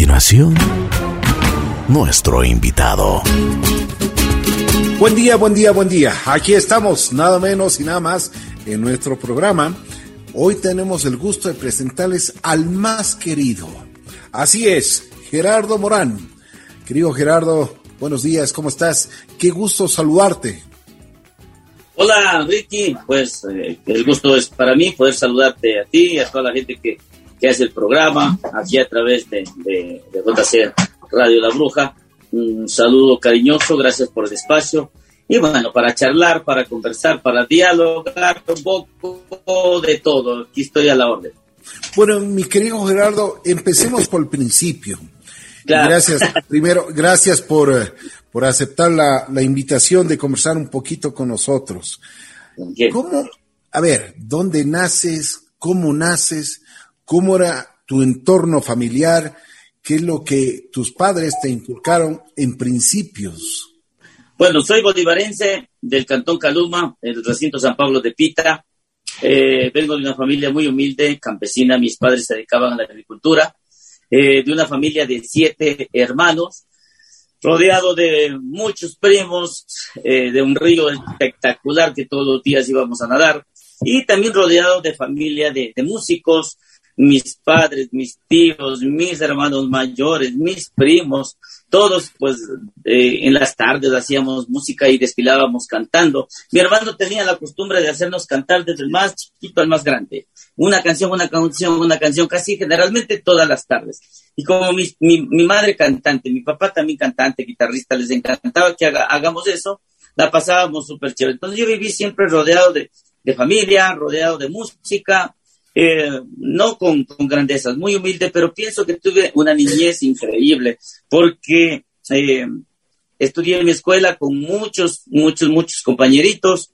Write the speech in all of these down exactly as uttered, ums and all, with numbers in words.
continuación, nuestro invitado. Buen día, buen día, buen día. Aquí estamos, nada menos y nada más, en nuestro programa. Hoy tenemos el gusto de presentarles al más querido. Así es, Gerardo Morán. Querido Gerardo, buenos días, ¿cómo estás? Qué gusto saludarte. Hola, Ricky. Pues eh, el gusto es para mí poder saludarte a ti y a toda la gente que, que hace el programa aquí a través de, de, de J C Radio La Bruja. Un saludo cariñoso, gracias por el espacio. Y bueno, para charlar, para conversar, para dialogar un poco de todo. Aquí estoy a la orden. Bueno, mi querido Gerardo, empecemos por el principio. Claro. Gracias, primero, gracias por, por aceptar la, la invitación de conversar un poquito con nosotros. Bien. ¿Cómo, a ver, dónde naces, cómo naces, cómo era tu entorno familiar? ¿Qué es lo que tus padres te inculcaron en principios? Bueno, soy bolivarense del Cantón Caluma, el recinto San Pablo de Pita. Eh, vengo de una familia muy humilde, campesina. Mis padres se dedicaban a la agricultura. Eh, de una familia de siete hermanos, rodeado de muchos primos, eh, de un río espectacular que todos los días íbamos a nadar. Y también rodeado de familia de, de músicos. Mis padres, mis tíos, mis hermanos mayores, mis primos, todos pues eh, en las tardes hacíamos música y desfilábamos cantando. Mi hermano tenía la costumbre de hacernos cantar desde el más chiquito al más grande. Una canción, una canción, una canción, casi generalmente todas las tardes. Y como mi, mi, mi madre cantante, mi papá también cantante, guitarrista, les encantaba que haga, hagamos eso, la pasábamos súper chévere. Entonces yo viví siempre rodeado de, de familia, rodeado de música. Eh, no con, con grandezas, muy humilde, pero pienso que tuve una niñez increíble, porque eh, estudié en mi escuela con muchos, muchos, muchos compañeritos.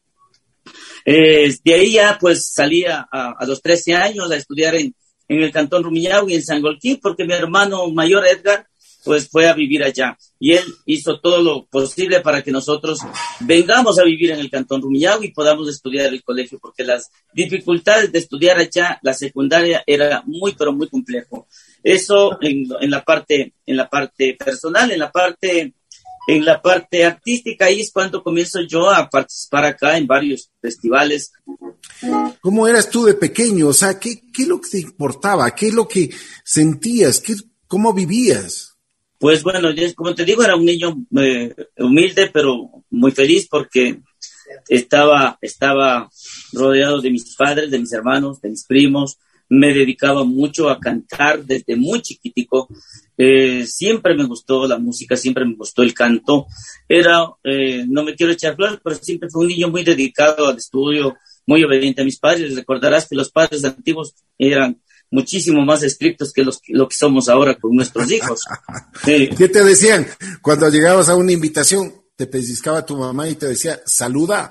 Eh, de ahí ya pues salí a, a los trece años a estudiar en, en el Cantón Rumiñahui y en Sangolquí, porque mi hermano mayor Edgar pues fue a vivir allá, y él hizo todo lo posible para que nosotros vengamos a vivir en el Cantón Rumiñahui y podamos estudiar el colegio, porque las dificultades de estudiar allá, la secundaria, era muy, pero muy complejo. Eso en, en la parte, en la parte personal, en la parte, en la parte artística, ahí es cuando comienzo yo a participar acá en varios festivales. ¿Cómo eras tú de pequeño? O sea, ¿qué, qué es lo que te importaba? ¿Qué es lo que sentías? ¿Qué, cómo vivías? Pues bueno, yo, como te digo, era un niño eh, humilde, pero muy feliz porque estaba, estaba rodeado de mis padres, de mis hermanos, de mis primos. Me dedicaba mucho a cantar desde muy chiquitico. Eh, siempre me gustó la música, siempre me gustó el canto. Era, eh, no me quiero echar flores, pero siempre fui un niño muy dedicado al estudio, muy obediente a mis padres. Recordarás que los padres antiguos eran muchísimo más estrictos que los, lo que somos ahora con nuestros hijos. Sí. ¿Qué te decían? Cuando llegabas a una invitación, te pellizcaba tu mamá y te decía, saluda.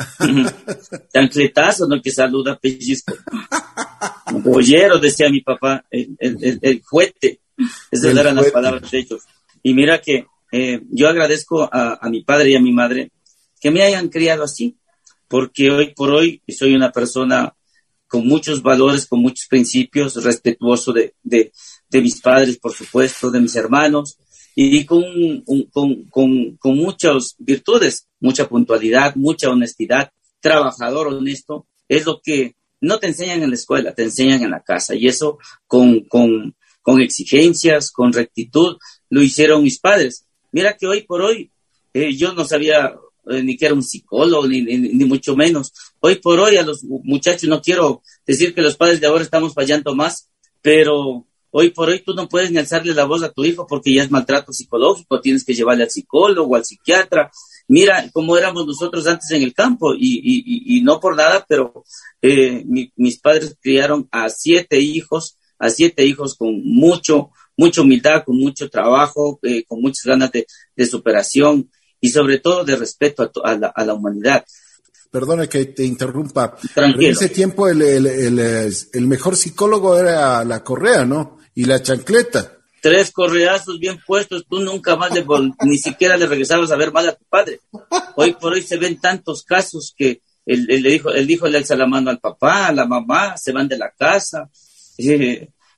Chancletazo, no que saluda, pellizco. Bollero, decía mi papá, el, el, el, el juguete. Esas El eran juguete. las palabras de ellos. Y mira que eh, yo agradezco a, a mi padre y a mi madre que me hayan criado así, porque hoy por hoy soy una persona con muchos valores, con muchos principios, respetuoso de, de, de mis padres, por supuesto, de mis hermanos, y con, un, con, con, con muchas virtudes, mucha puntualidad, mucha honestidad, trabajador honesto. Es lo que no te enseñan en la escuela, te enseñan en la casa, y eso con, con, con exigencias, con rectitud, lo hicieron mis padres. Mira que hoy por hoy eh, yo no sabía eh, ni que era un psicólogo, ni, ni, ni mucho menos. Hoy por hoy a los muchachos, no quiero decir que los padres de ahora estamos fallando más, pero hoy por hoy tú no puedes ni alzarle la voz a tu hijo porque ya es maltrato psicológico, tienes que llevarle al psicólogo, al psiquiatra. Mira cómo éramos nosotros antes en el campo, y, y, y no por nada, pero eh, mi, mis padres criaron a siete hijos, a siete hijos con mucho, mucha humildad, con mucho trabajo, eh, con muchas ganas de, de superación y sobre todo de respeto a, to, a, la, a la humanidad. Perdona que te interrumpa. Tranquilo. Pero en ese tiempo el, el, el, el mejor psicólogo era la correa, ¿no? Y la chancleta. Tres correazos bien puestos, tú nunca más le, ni siquiera le regresabas a ver mal a tu padre. Hoy por hoy se ven tantos casos que el, el, hijo, el hijo le alza la mano al papá, a la mamá, se van de la casa. Eh,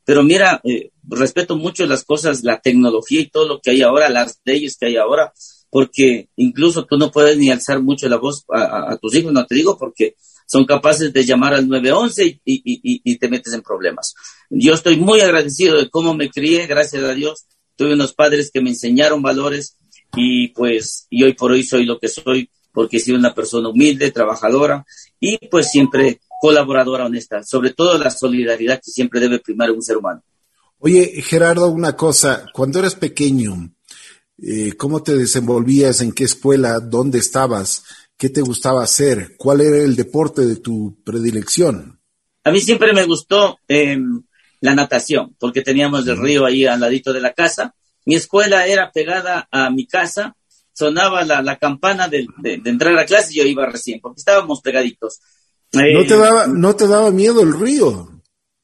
pero mira, eh, respeto mucho las cosas, la tecnología y todo lo que hay ahora, las leyes que hay ahora, porque incluso tú no puedes ni alzar mucho la voz a, a, a tus hijos, no te digo, porque son capaces de llamar al nueve once y, y, y, y te metes en problemas. Yo estoy muy agradecido de cómo me crié, gracias a Dios. Tuve unos padres que me enseñaron valores y pues y hoy por hoy soy lo que soy porque he sido una persona humilde, trabajadora y pues siempre colaboradora honesta. Sobre todo la solidaridad que siempre debe primar un ser humano. Oye, Gerardo, una cosa. Cuando eras pequeño, eh, ¿cómo te desenvolvías? ¿En qué escuela? ¿Dónde estabas? ¿Qué te gustaba hacer? ¿Cuál era el deporte de tu predilección? A mí siempre me gustó eh, la natación, porque teníamos el río ahí al ladito de la casa. Mi escuela era pegada a mi casa, sonaba la, la campana de, de, de entrar a clase y yo iba recién, porque estábamos pegaditos. Eh, ¿No te daba, no te daba miedo el río?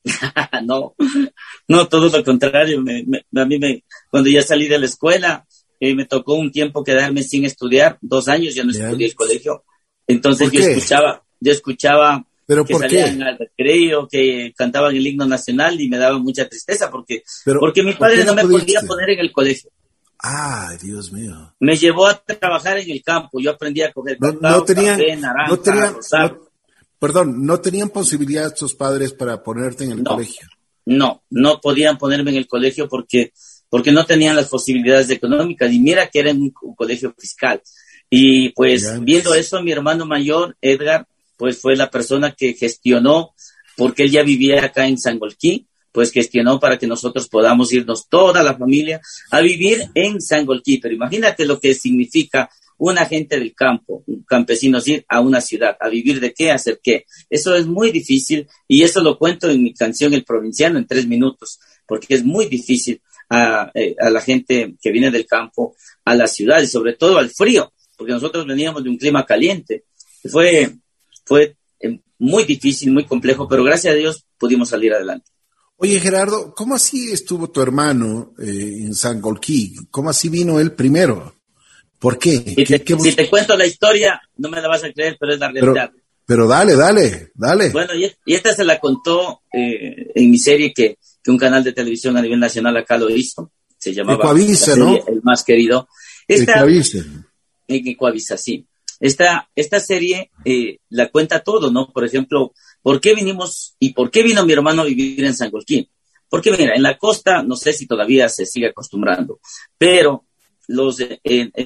no, no, todo lo contrario. Me, me, a mí me, cuando ya salí de la escuela, Eh, me tocó un tiempo quedarme sin estudiar, dos años ya no Bien. estudié el colegio, entonces yo qué? escuchaba, yo escuchaba ¿Pero que por salían qué? al recreo, que cantaban el himno nacional y me daba mucha tristeza porque, Pero, porque mi ¿por padre qué no no me pudiste? podía poner en el colegio. Ay, Dios mío. Me llevó a trabajar en el campo, yo aprendí a coger No, cacao, no tenían, café, naranja, no tenían, rosado. no- perdón, no tenían posibilidad tus padres para ponerte en el No. colegio. No, no podían ponerme en el colegio porque, porque no tenían las posibilidades económicas. Y mira que era en un, un colegio fiscal. Y pues Ya. viendo eso, mi hermano mayor, Edgar, pues fue la persona que gestionó, porque él ya vivía acá en Sangolquí, pues gestionó para que nosotros podamos irnos toda la familia a vivir en Sangolquí. Pero imagínate lo que significa una gente del campo, un campesino ir a una ciudad, a vivir de qué, a hacer qué. Eso es muy difícil y eso lo cuento en mi canción El Provinciano en tres minutos, porque es muy difícil a, eh, a la gente que viene del campo a la ciudad y sobre todo al frío, porque nosotros veníamos de un clima caliente. Fue, fue eh, muy difícil, muy complejo, pero gracias a Dios pudimos salir adelante. Oye, Gerardo, ¿cómo así estuvo tu hermano eh, en Sangolquí? ¿Cómo así vino él primero? ¿Por qué? Si ¿Qué, te, qué si te cuento la historia, no me la vas a creer, pero es la pero, realidad. pero dale, dale, dale. Bueno, y, y esta se la contó eh, en mi serie que, que un canal de televisión a nivel nacional acá lo hizo. Se llamaba Ecuavisa, la serie ¿no? El Más Querido. Esta, Ecuavisa. en Ecuavisa, sí. Esta, esta serie eh, la cuenta todo, ¿no? Por ejemplo, ¿por qué vinimos y por qué vino mi hermano a vivir en Sangolquí? Porque mira, en la costa, no sé si todavía se sigue acostumbrando, pero los, eh,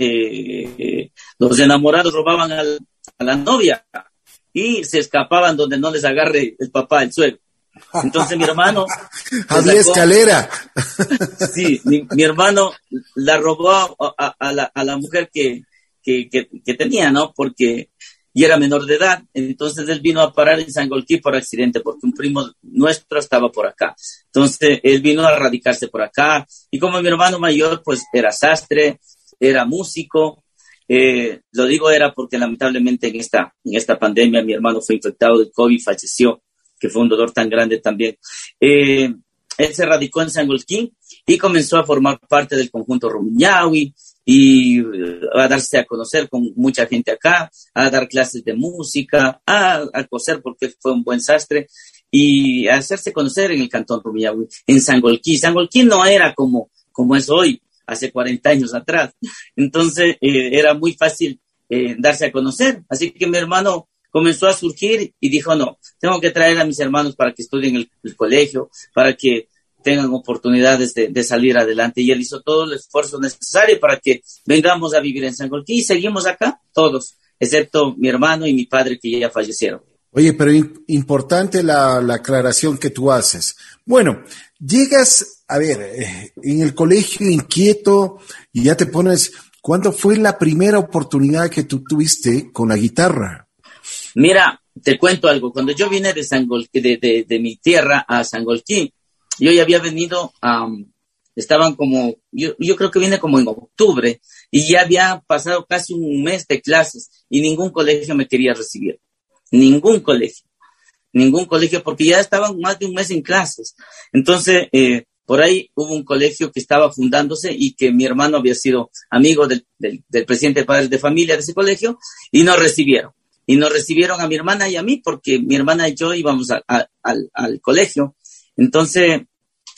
eh, los enamorados robaban al, a la novia y se escapaban donde no les agarre el papá, el suegro. Entonces mi hermano... Había sacó, escalera. Sí, mi, mi hermano la robó a, a, a, la, a la mujer que, que, que, que tenía, ¿no? Porque y era menor de edad. Entonces él vino a parar en Sangolquí por accidente, porque un primo nuestro estaba por acá. Entonces él vino a radicarse por acá. Y como mi hermano mayor, pues era sastre, era músico. Eh, lo digo era porque lamentablemente en esta, en esta pandemia mi hermano fue infectado del COVID, falleció, que fue un dolor tan grande también. Eh, él se radicó en Sangolquí y comenzó a formar parte del conjunto Rumiñahui y a darse a conocer con mucha gente acá, a dar clases de música, a, a coser porque fue un buen sastre y a hacerse conocer en el cantón Rumiñahui, en Sangolquí. Sangolquí no era como, como es hoy, hace cuarenta años atrás. Entonces eh, era muy fácil eh, darse a conocer. Así que mi hermano comenzó a surgir y dijo, no, tengo que traer a mis hermanos para que estudien el, el colegio, para que tengan oportunidades de, de salir adelante. Y él hizo todo el esfuerzo necesario para que vengamos a vivir en Sangolquí y seguimos acá, todos, excepto mi hermano y mi padre que ya fallecieron. Oye, pero in, importante la, la aclaración que tú haces. Bueno, llegas, a ver, eh, en el colegio inquieto y ya te pones, ¿cuándo fue la primera oportunidad que tú tuviste con la guitarra? Mira, te cuento algo. Cuando yo vine de, Sangolquí, de, de, de mi tierra a Sangolquí, yo ya había venido, um, estaban como, yo, yo creo que vine como en octubre y ya había pasado casi un mes de clases y ningún colegio me quería recibir. Ningún colegio. Ningún colegio porque ya estaban más de un mes en clases. Entonces, eh, por ahí hubo un colegio que estaba fundándose y que mi hermano había sido amigo del, del, del presidente de padres de familia de ese colegio y nos recibieron. Y nos recibieron a mi hermana y a mí porque mi hermana y yo íbamos a, a, al, al colegio. Entonces,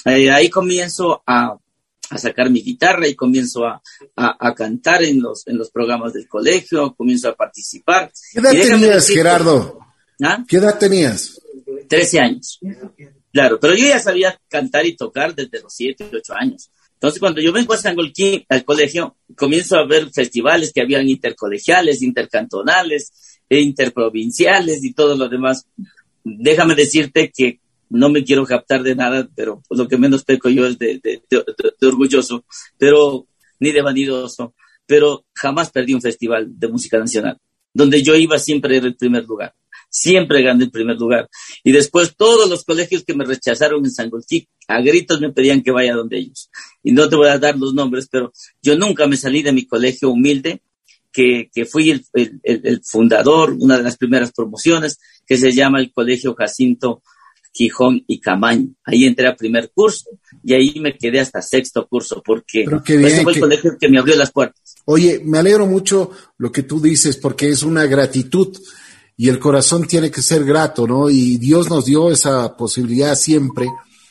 eh, ahí comienzo a, a sacar mi guitarra y comienzo a, a, a cantar en los, en los programas del colegio, comienzo a participar. ¿Qué edad tenías, decir, Gerardo? ¿Ah? ¿Qué edad tenías? trece años. Claro, pero yo ya sabía cantar y tocar desde los siete, ocho años. Entonces, cuando yo vengo a Sangolquí, al colegio, comienzo a ver festivales que habían intercolegiales, intercantonales, e interprovinciales y todo lo demás. Déjame decirte que no me quiero captar de nada, pero lo que menos peco yo es de, de, de, de, de orgulloso, pero ni de vanidoso, pero jamás perdí un festival de música nacional, donde yo iba siempre era el primer lugar. Siempre gané el primer lugar. Y después todos los colegios que me rechazaron en Sangolquí, a gritos me pedían que vaya donde ellos. Y no te voy a dar los nombres, pero yo nunca me salí de mi colegio humilde, que, que fui el, el, el fundador, una de las primeras promociones, que se llama el Colegio Jacinto Quijón y Camaño. Ahí entré a primer curso y ahí me quedé hasta sexto curso, porque bien, ese fue el que... colegio que me abrió las puertas. Oye, me alegro mucho lo que tú dices, porque es una gratitud. Y el corazón tiene que ser grato, ¿no? Y Dios nos dio esa posibilidad siempre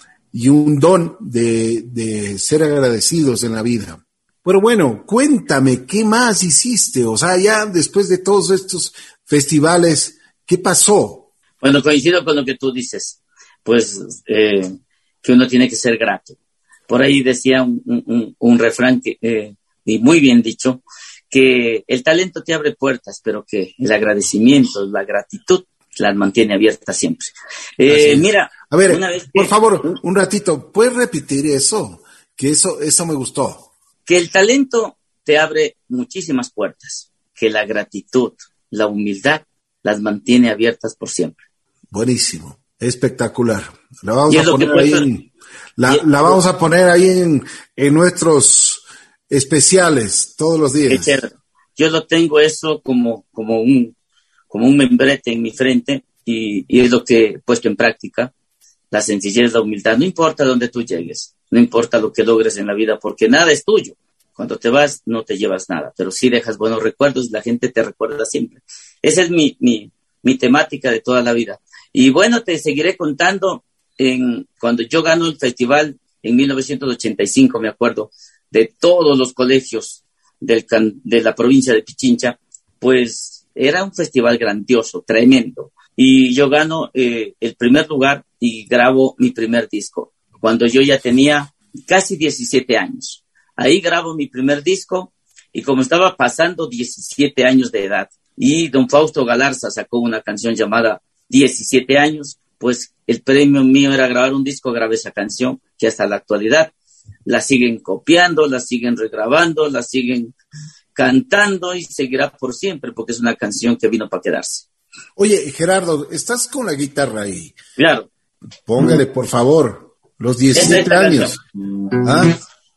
y un don de, de ser agradecidos en la vida. Pero bueno, cuéntame, ¿qué más hiciste? O sea, ya después de todos estos festivales, ¿qué pasó? Bueno, coincido con lo que tú dices, pues eh, que uno tiene que ser grato. Por ahí decía un, un, un refrán que, eh, y muy bien dicho, que el talento te abre puertas, pero que el agradecimiento, la gratitud, las mantiene abiertas siempre. Eh, mira, a ver, una vez que, por favor, un ratito, ¿puedes repetir eso? Que eso, eso me gustó. Que el talento te abre muchísimas puertas, que la gratitud, la humildad, las mantiene abiertas por siempre. Buenísimo, espectacular. La vamos a poner ahí, en, la, la vamos a poner ahí en, en nuestros especiales todos los días. Yo lo tengo eso como, como un, como un membrete en mi frente y, y es lo que he puesto en práctica. La sencillez, la humildad, no importa dónde tú llegues, no importa lo que logres en la vida, porque nada es tuyo. Cuando te vas, no te llevas nada, pero sí dejas buenos recuerdos, la gente te recuerda siempre. Esa es mi, mi, mi temática de toda la vida. Y bueno, te seguiré contando en, cuando yo gano el festival en mil novecientos ochenta y cinco, me acuerdo, de todos los colegios del can, de la provincia de Pichincha, pues era un festival grandioso, tremendo. Y yo gano eh, el primer lugar y grabo mi primer disco, cuando yo ya tenía casi diecisiete años. Ahí grabo mi primer disco y como estaba pasando diecisiete años de edad y don Fausto Galarza sacó una canción llamada diecisiete años, pues el premio mío era grabar un disco, grabé esa canción que hasta la actualidad la siguen copiando, la siguen regrabando, la siguen cantando y seguirá por siempre porque es una canción que vino para quedarse. Oye, Gerardo, ¿estás con la guitarra ahí? Claro. Póngale, por favor, los diecisiete años. ¿Ah?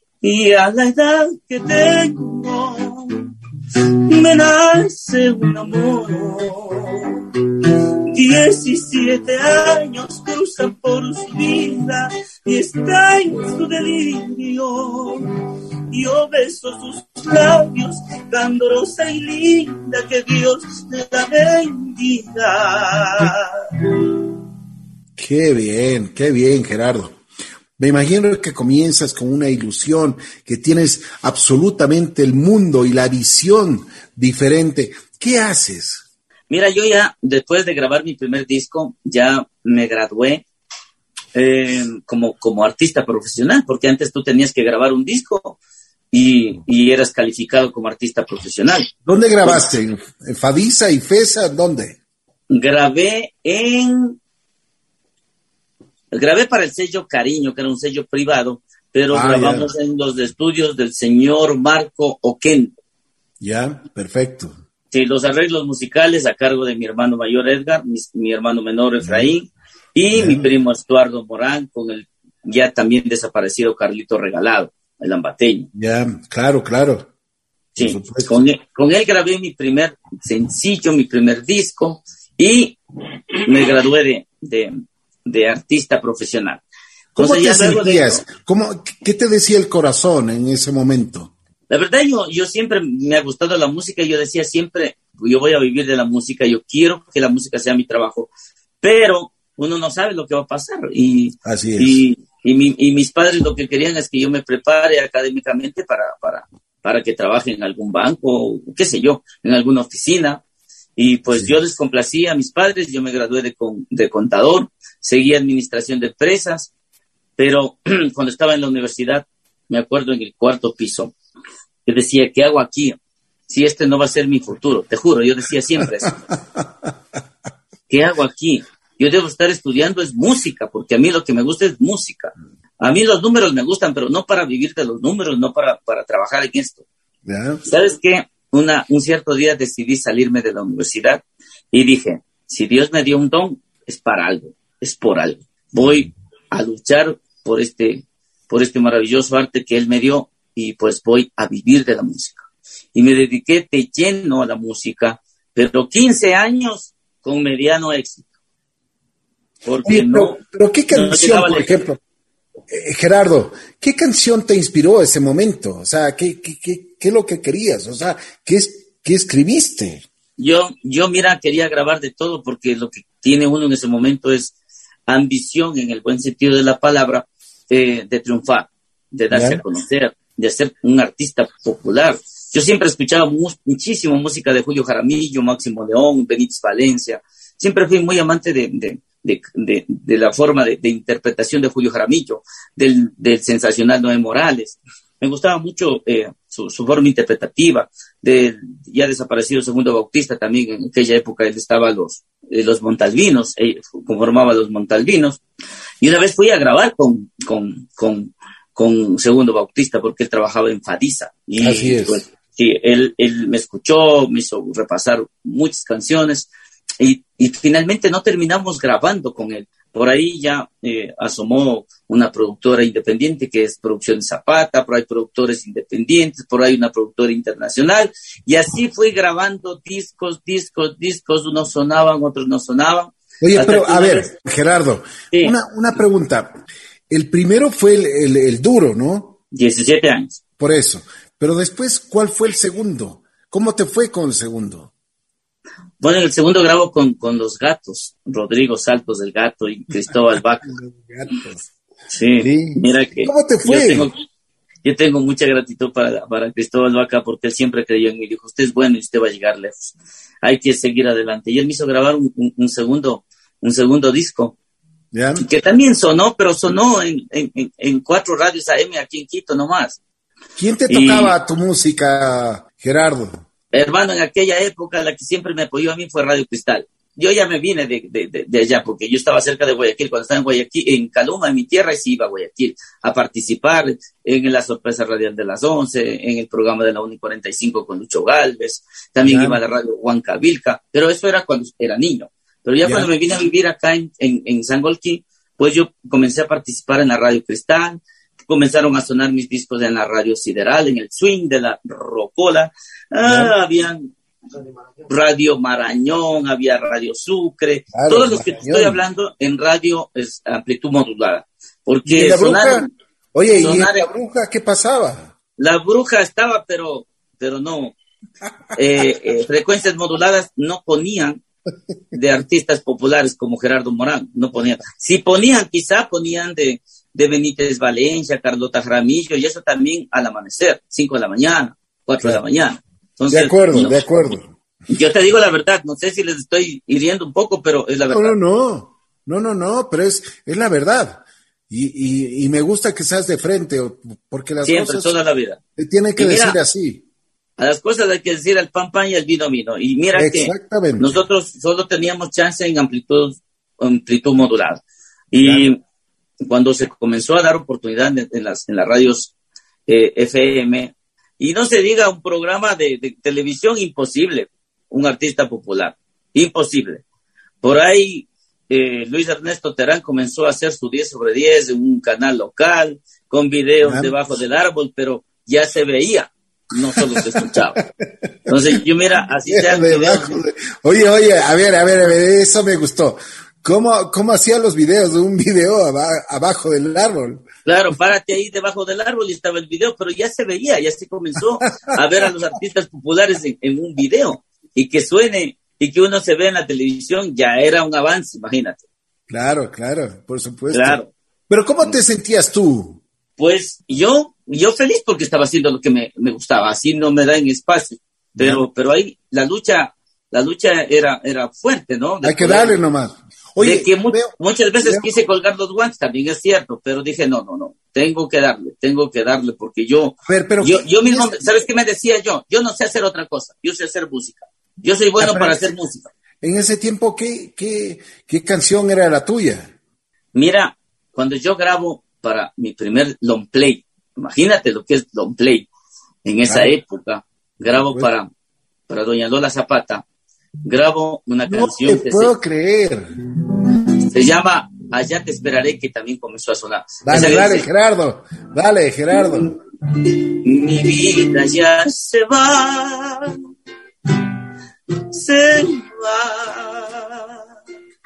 Y a la edad que tengo, me nace un amor. Diecisiete años cruzan por su vida y está en su delirio. Yo beso sus labios, candorosa y linda, que Dios la bendiga. Qué bien, qué bien, Gerardo. Me imagino que comienzas con una ilusión, que tienes absolutamente el mundo y la visión diferente. ¿Qué haces? Mira, yo ya, después de grabar mi primer disco, ya me gradué eh, como, como artista profesional, porque antes tú tenías que grabar un disco y, y eras calificado como artista profesional. ¿Dónde grabaste? ¿En Fadisa y FESA? ¿Dónde? Grabé en... Grabé para el sello Cariño, que era un sello privado, pero ah, grabamos ya en los estudios del señor Marco Oquendo. Ya, perfecto. Sí, los arreglos musicales a cargo de mi hermano mayor Edgar, mi, mi hermano menor Efraín, y yeah. mi primo Estuardo Morán, con el ya también desaparecido Carlito Regalado, el ambateño. Ya, yeah, claro, claro. Sí, con él, con él grabé mi primer sencillo, mi primer disco, y me gradué de, de, de artista profesional. ¿Cómo Entonces, te sentías? De... ¿Cómo, ¿Qué te decía el corazón en ese momento? La verdad, yo, yo siempre me ha gustado la música y yo decía siempre, yo voy a vivir de la música, yo quiero que la música sea mi trabajo, pero uno no sabe lo que va a pasar. Y, Así es. Y, Y, mi, y mis padres lo que querían es que yo me prepare académicamente para, para, para que trabaje en algún banco, qué sé yo, en alguna oficina. Y pues sí. Yo les complací a mis padres, yo me gradué de, con, de contador, seguí administración de empresas, pero cuando estaba en la universidad, me acuerdo en el cuarto piso, yo decía, ¿qué hago aquí? Si este no va a ser mi futuro, te juro, yo decía siempre eso. ¿Qué hago aquí? Yo debo estar estudiando es música, porque a mí lo que me gusta es música. A mí los números me gustan, pero no para vivir de los números, no para, para trabajar en esto. Yeah. ¿Sabes qué? Una, un cierto día decidí salirme de la universidad y dije, si Dios me dio un don, es para algo, es por algo. Voy a luchar por este, por este maravilloso arte que Él me dio y pues voy a vivir de la música. Y me dediqué de lleno a la música, pero quince años con mediano éxito. Porque Oye, no, pero, pero ¿qué canción, no por ejemplo, eh, Gerardo, qué canción te inspiró ese momento? O sea, ¿qué, qué, qué, qué es lo que querías? O sea, ¿qué, es, qué escribiste? Yo, yo, mira, quería grabar de todo porque lo que tiene uno en ese momento es ambición, en el buen sentido de la palabra, eh, de triunfar, de darse ¿Ya? a conocer, de ser un artista popular. Yo siempre escuchaba mu- muchísimo música de Julio Jaramillo, Máximo León, Benítez Valencia. Siempre fui muy amante de, de, de, de, de la forma de, de interpretación de Julio Jaramillo, del, del sensacional Noé Morales. Me gustaba mucho eh, su, su forma interpretativa, del ya desaparecido Segundo Bautista también. En aquella época él estaba los, eh, los Montalvinos, eh, conformaba los Montalvinos. Y una vez fui a grabar con, con, con, con Segundo Bautista porque él trabajaba en Fadisa. Y, Así es. Pues, sí, él, él me escuchó, me hizo repasar muchas canciones y, y finalmente no terminamos grabando con él. Por ahí ya eh, asomó una productora independiente que es Producción Zapata, por ahí productores independientes, por ahí una productora internacional, y así fui grabando discos, discos, discos, unos sonaban, otros no sonaban. Oye, pero a ver, vez... Gerardo, sí. una, una pregunta. El primero fue el, el, el duro, ¿no? diecisiete años. Por eso. Pero después, ¿cuál fue el segundo? ¿Cómo te fue con el segundo? Bueno, el segundo grabo con, con Los Gatos, Rodrigo Saltos del Gato y Cristóbal Vaca. Los Gatos. Sí, sí, mira que... ¿Cómo te fue? Yo tengo, yo tengo mucha gratitud para, para Cristóbal Vaca porque él siempre creyó en mí. Dijo, usted es bueno y usted va a llegar lejos. Hay que seguir adelante. Y él me hizo grabar un, un, un segundo, un segundo disco. ¿Ya? Que también sonó, pero sonó en, en, en cuatro radios A M aquí en Quito nomás. ¿Quién te tocaba y, tu música, Gerardo? Hermano, en aquella época la que siempre me apoyó a mí fue Radio Cristal. Yo ya me vine de, de, de, de allá porque yo estaba cerca de Guayaquil. Cuando estaba en Guayaquil, en Caluma, en mi tierra, y sí iba a Guayaquil a participar en la sorpresa radial de las once, en el programa de la Uni cuarenta y cinco con Lucho Galvez. También ya. Iba a la radio Huancavilca, pero eso era cuando era niño. Pero ya, ya. cuando me vine a vivir acá en, en, en Sangolquí, pues yo comencé a participar en la Radio Cristal. Comenzaron a sonar mis discos en la Radio Sideral, en el swing de la rocola. Ah, habían Radio Marañón, había Radio Sucre, claro, todos los que te estoy hablando en radio es amplitud modulada. Porque ¿Y la sonaron, bruja? Oye, sonaron, ¿y la bruja qué pasaba? La bruja estaba, pero, pero no. Eh, eh, frecuencias moduladas no ponían de artistas populares como Gerardo Morán, no ponían. Si ponían, quizá ponían de de Benítez Valencia, Carlota Jaramillo, y eso también al amanecer, cinco de la mañana, cuatro claro. de la mañana. Entonces, de acuerdo, no, de acuerdo. Yo te digo la verdad, no sé si les estoy hiriendo un poco, pero es la verdad. No, no, no, no, no, no, pero es, es la verdad. Y, y, y me gusta que seas de frente, porque las Siempre, cosas toda la vida. te tienen que mira, decir así. A las cosas hay que decir al pan pan y al vino vino. Y mira que nosotros solo teníamos chance en amplitud, amplitud modulada. Y claro. Cuando se comenzó a dar oportunidad en, en, las, en las radios eh, F M, y no se diga un programa de, de televisión, imposible, un artista popular, imposible. Por ahí eh, Luis Ernesto Terán comenzó a hacer su diez sobre diez en un canal local, con videos claro. debajo del árbol, pero ya se veía, no solo se escuchaba. Entonces yo mira, así sean videos. De... Oye, oye, a ver, a ver, a ver, eso me gustó. ¿Cómo, cómo hacía los videos de un video ab- abajo del árbol? Claro, párate ahí debajo del árbol y estaba el video, pero ya se veía, ya se comenzó a ver a los artistas populares en, en un video. Y que suene y que uno se ve en la televisión ya era un avance, imagínate. Claro, claro, por supuesto. Claro. Pero ¿cómo te sentías tú? Pues yo, yo feliz porque estaba haciendo lo que me, me gustaba, así no me dan espacio, pero, pero ahí la lucha, la lucha era, era fuerte, ¿no? De Hay que darle nomás. Oye, de que mu- veo, muchas veces veo. quise colgar los guantes, también es cierto, pero dije, no, no, no, tengo que darle, tengo que darle, porque yo, ver, pero yo, ¿qué, yo mismo, es? ¿sabes qué me decía yo? Yo no sé hacer otra cosa, yo sé hacer música, yo soy bueno para hacer música. En ese tiempo, ¿qué, qué, qué canción era la tuya? Mira, cuando yo grabo para mi primer long play, imagínate lo que es long play, en esa ah, época, grabo bueno. para, para Doña Lola Zapata, grabo una no canción te que puedo se, creer. se llama Allá te esperaré, que también comenzó a sonar. Dale, Esa dale, dice, Gerardo, dale, Gerardo. Mi vida ya se va, se va,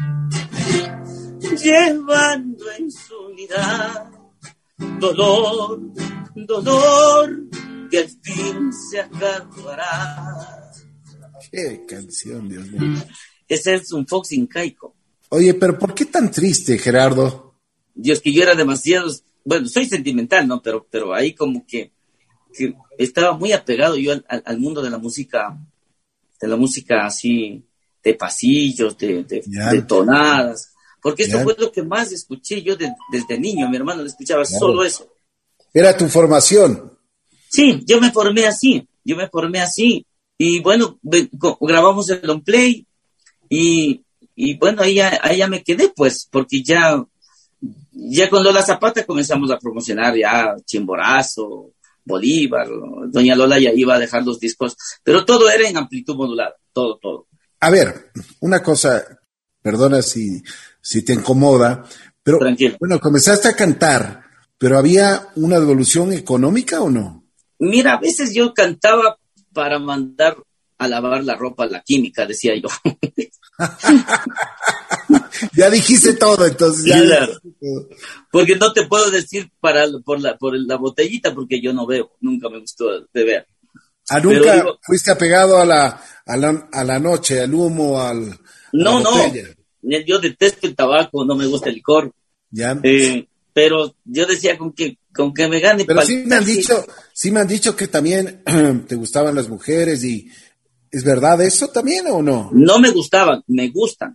llevando en su unidad dolor, dolor, que al fin se acabará. Qué canción, Dios mío. Ese es un fox incaico. Oye, pero ¿por qué tan triste, Gerardo? Dios, que yo era demasiado, bueno, soy sentimental, ¿no? Pero, pero ahí como que, que estaba muy apegado yo al, al mundo de la música, de la música así, de pasillos, de, de, de tonadas, porque eso ya. fue lo que más escuché yo de, desde niño. Mi hermano le escuchaba claro. solo eso. Era tu formación. Sí, yo me formé así, yo me formé así. Y bueno, grabamos el long play y, y bueno, ahí ya, ahí ya me quedé, pues, porque ya, ya con Lola Zapata comenzamos a promocionar ya Chimborazo, Bolívar, Doña Lola ya iba a dejar los discos, pero todo era en amplitud modulada, todo, todo. A ver, una cosa, perdona si, si te incomoda, pero Tranquilo. Bueno, comenzaste a cantar, pero ¿había una devolución económica o no? Mira, a veces yo cantaba para mandar a lavar la ropa a la química, decía yo. Ya dijiste todo, entonces. Ya claro. todo. Porque no te puedo decir para por la por la botellita, porque yo no veo, nunca me gustó beber. ¿Ah, nunca digo, fuiste apegado a la, a la a la noche, al humo, al no, no, yo detesto el tabaco, no me gusta el licor. Ya. Eh, pero yo decía con que con que me gane. Pero sí me han dicho, sí me han dicho que también te gustaban las mujeres y ¿es verdad eso también o no? No me gustaban, me gustan.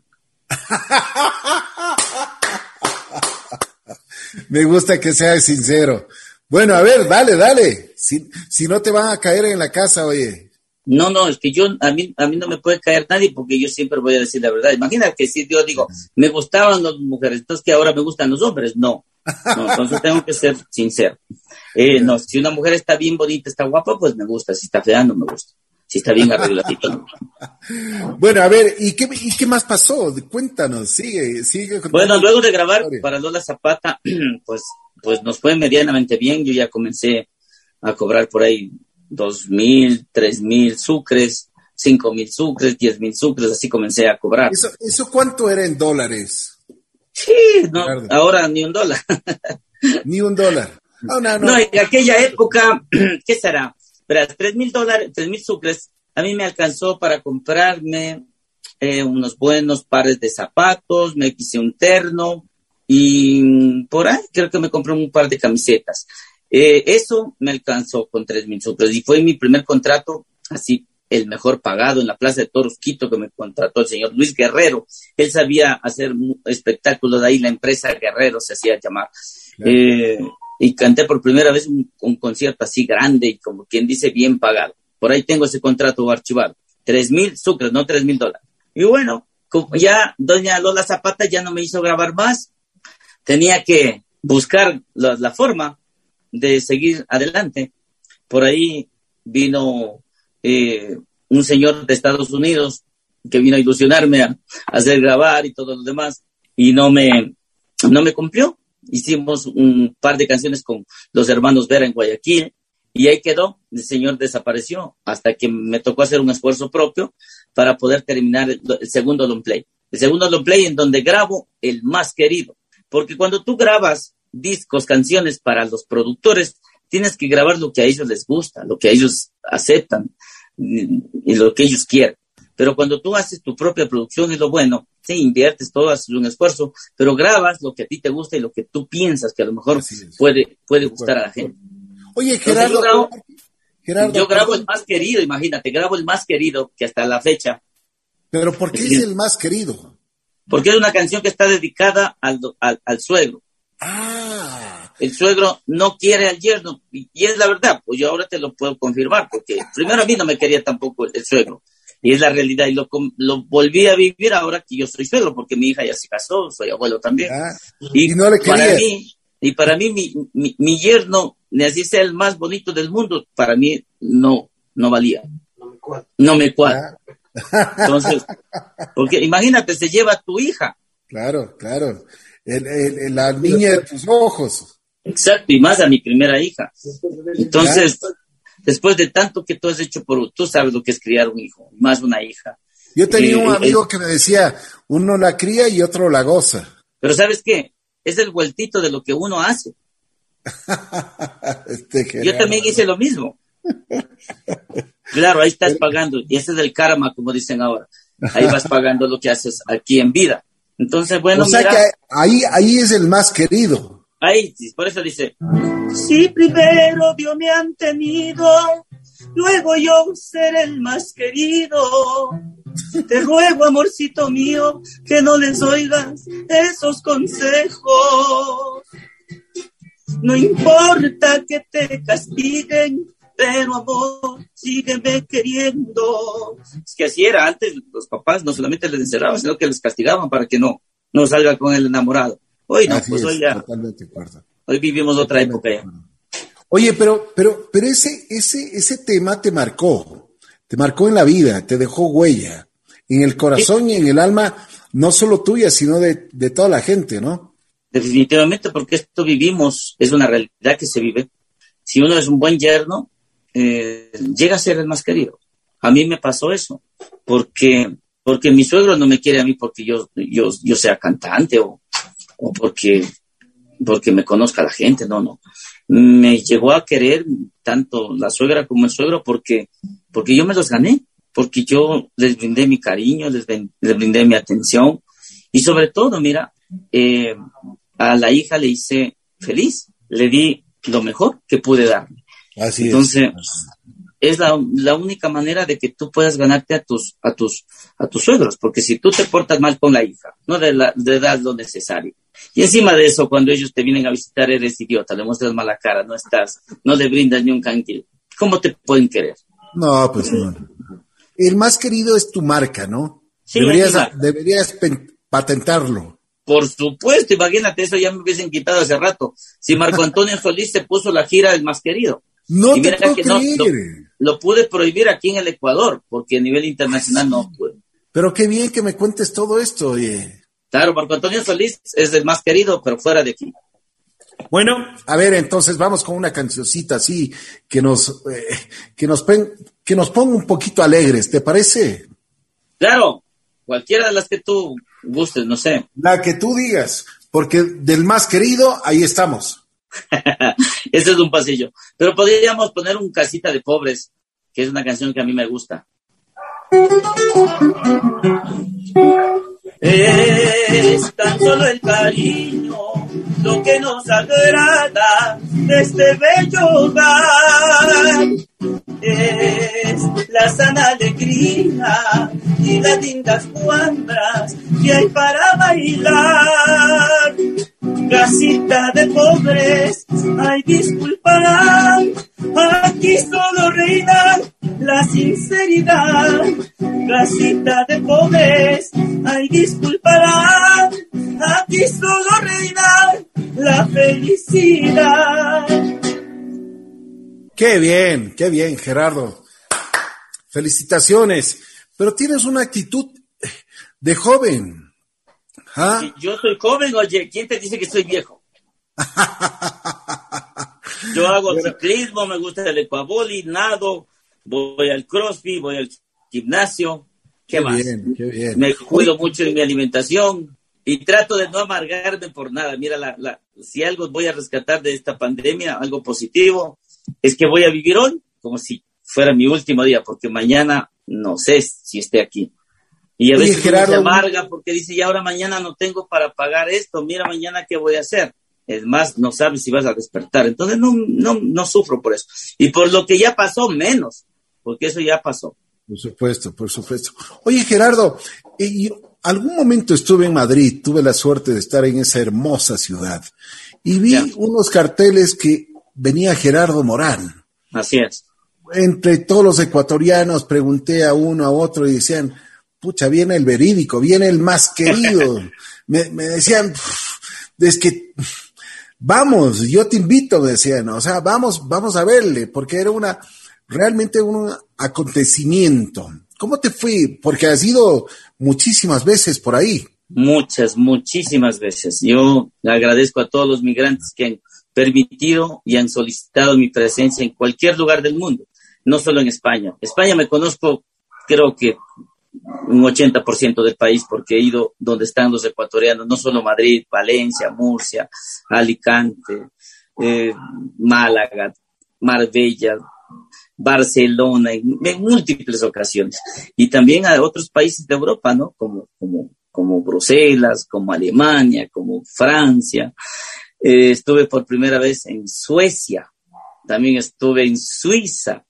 Me gusta que seas sincero. Bueno, a ver, dale, dale. Si, si no te van a caer en la casa, oye. No, no, es que yo, a mí, a mí no me puede caer nadie porque yo siempre voy a decir la verdad. Imagina que si yo digo, me gustaban las mujeres, entonces que ahora me gustan los hombres. No, no, entonces tengo que ser sincero. Eh, no, si una mujer está bien bonita, está guapa, pues me gusta. Si está fea, no me gusta. Si está bien arregladita, no. Bueno, a ver, ¿y qué, ¿y qué más pasó? Cuéntanos, sigue, sigue. Bueno, luego de grabar para Lola Zapata, pues, pues nos fue medianamente bien. Yo ya comencé a cobrar por ahí dos mil, tres mil sucres, cinco mil sucres, diez mil sucres, así comencé a cobrar. ¿Eso, eso cuánto era en dólares? Sí, no, ahora ni un dólar. Ni un dólar. Oh, no, no. no, en aquella época, ¿qué será? Verás, tres mil dólares, tres mil sucres, a mí me alcanzó para comprarme eh, unos buenos pares de zapatos, me hice un terno y por ahí creo que me compré un par de camisetas. Eh, eso me alcanzó con tres mil sucres y fue mi primer contrato, así, el mejor pagado en la Plaza de Toros Quito, que me contrató el señor Luis Guerrero. Él sabía hacer espectáculos de ahí, la empresa Guerrero se hacía llamar. Claro. Eh, y canté por primera vez un, un concierto así grande y como quien dice bien pagado. Por ahí tengo ese contrato archivado. Tres mil sucres, no tres mil dólares. Y bueno, como ya doña Lola Zapata ya no me hizo grabar más. Tenía que buscar la, la forma de seguir adelante. Por ahí vino eh, un señor de Estados Unidos que vino a ilusionarme a, a hacer grabar y todo lo demás y no me, no me cumplió. Hicimos un par de canciones con los hermanos Vera en Guayaquil y ahí quedó. El señor desapareció hasta que me tocó hacer un esfuerzo propio para poder terminar el, el segundo long play. El segundo long play en donde grabo el más querido. Porque cuando tú grabas discos, canciones para los productores, tienes que grabar lo que a ellos les gusta, lo que a ellos aceptan y lo que ellos quieren. Pero cuando tú haces tu propia producción, es lo bueno, inviertes todo, haces un esfuerzo, pero grabas lo que a ti te gusta y lo que tú piensas que a lo mejor puede, puede gustar a la gente. Oye, Gerardo, yo grabo, Gerardo, yo grabo el más querido, imagínate, grabo el más querido que hasta la fecha. ¿Pero por qué es el más querido? Porque es una canción que está dedicada al, al, al suegro. Ah. El suegro no quiere al yerno, y, y es la verdad, pues yo ahora te lo puedo confirmar, porque primero a mí no me quería tampoco el, el suegro, y es la realidad, y lo, lo volví a vivir ahora que yo soy suegro, porque mi hija ya se casó, soy abuelo también. Ah. Y, y no le quería. Para mí, y para mí, mi, mi, mi yerno, ni así sea el más bonito del mundo, para mí no, no valía. No me cuadra. No me cuadra. Ah. Entonces, porque imagínate, se lleva a tu hija. Claro, claro. El, el, la niña de tus ojos. Exacto, y más a mi primera hija. Entonces, ¿ya? Después de tanto que tú has hecho por... Tú sabes lo que es criar un hijo, más una hija. Yo tenía eh, un amigo eh, que me decía, uno la cría y otro la goza. Pero ¿sabes qué? Es el vueltito de lo que uno hace. este Yo también hice lo mismo. Claro, ahí estás pagando, y ese es el karma, como dicen ahora. Ahí vas pagando lo que haces aquí en vida. Entonces, bueno, o sea mira, que ahí, ahí es el más querido. Ahí, por eso dice, si primero Dios me han tenido, luego yo seré el más querido. Te ruego, amorcito mío, que no les oigas esos consejos. No importa que te castiguen, pero amor, sígueme queriendo. Es que así era antes, los papás no solamente les encerraban, sino que les castigaban para que no, no salga con el enamorado. Hoy no, así pues es, hoy ya. Totalmente acuerdo. Hoy vivimos otra época ya. Oye, pero, pero, pero ese, ese, ese tema te marcó, te marcó en la vida, te dejó huella, en el corazón sí. Y en el alma, no solo tuya, sino de, de toda la gente, ¿no? Definitivamente, porque esto vivimos, es una realidad que se vive. Si uno es un buen yerno, eh, llega a ser el más querido. A mí me pasó eso, porque, porque mi suegro no me quiere a mí porque yo, yo, yo sea cantante o, o porque, porque me conozca la gente, no, no. Me llegó a querer tanto la suegra como el suegro porque, porque yo me los gané, porque yo les brindé mi cariño, les, les brindé mi atención y sobre todo, mira, eh, a la hija le hice feliz, le di lo mejor que pude darle. Así Entonces, es, es la, la única manera de que tú puedas ganarte a tus, a tus, a tus suegros, porque si tú te portas mal con la hija, no le, la, le das lo necesario. Y encima de eso, cuando ellos te vienen a visitar, eres idiota, le muestras mala cara, no estás, no le brindas ni un canquil. ¿Cómo te pueden querer? No, pues no. El más querido es tu marca, ¿no? Sí, deberías, deberías patentarlo. Por supuesto, imagínate, eso ya me hubiesen quitado hace rato. Si Marco Antonio Solís se puso la gira del más querido. No y te puedo que creer. No, lo, lo pude prohibir aquí en el Ecuador, porque a nivel internacional no pude. Pero qué bien que me cuentes todo esto, oye. Claro, Marco Antonio Solís es el más querido, pero fuera de aquí. Bueno, a ver, entonces vamos con una cancioncita así que nos, eh, que nos, que nos ponga un poquito alegres, ¿te parece? Claro, cualquiera de las que tú gustes, no sé. La que tú digas, porque del más querido, ahí estamos. Ese es un pasillo. Pero podríamos poner un Casita de Pobres, que es una canción que a mí me gusta. Es tan solo el cariño lo que nos agrada de este bello hogar. Es la sana alegría y las lindas cuadras que hay para bailar. Casita de pobres, ay disculparán, aquí solo reina la sinceridad. Casita de pobres, ay disculparán, aquí solo reina la felicidad. Qué bien, qué bien, Gerardo. Felicitaciones. Pero tienes una actitud de joven. ¿Ah? Si yo soy joven, oye, ¿quién te dice que soy viejo? Yo hago ciclismo, me gusta el ecuaboli, nado, voy al crossfit, voy al gimnasio. ¿Qué, qué más? Bien, qué bien. Me cuido mucho en mi alimentación y trato de no amargarme por nada. Mira, la, la, si algo voy a rescatar de esta pandemia, algo positivo, es que voy a vivir hoy como si fuera mi último día, porque mañana no sé si esté aquí. Y a Oye, veces Gerardo, uno se amarga porque dice, y ahora mañana no tengo para pagar esto, mira mañana qué voy a hacer. Es más, no sabes si vas a despertar. Entonces no, no, no sufro por eso. Y por lo que ya pasó, menos, porque eso ya pasó. Por supuesto, por supuesto. Oye, Gerardo, eh, yo algún momento estuve en Madrid, tuve la suerte de estar en esa hermosa ciudad y vi Ya. unos carteles que venía Gerardo Morán. Así es. Entre todos los ecuatorianos pregunté a uno, a otro y decían, pucha, viene el verídico, viene el más querido. me, me decían, es que vamos, yo te invito, me decían, o sea, vamos, vamos a verle, porque era una, realmente un acontecimiento. ¿Cómo te fue? Porque has ido muchísimas veces por ahí. Muchas, muchísimas veces. Yo le agradezco a todos los migrantes que han permitido y han solicitado mi presencia en cualquier lugar del mundo, no solo en España. España me conozco, creo que un ochenta por ciento del país, porque he ido donde están los ecuatorianos, no solo Madrid, Valencia, Murcia, Alicante, eh, Málaga, Marbella, Barcelona, en, en múltiples ocasiones. Y también a otros países de Europa, ¿no? Como, como, como Bruselas, como Alemania, como Francia. Eh, estuve por primera vez en Suecia, también estuve en Suiza,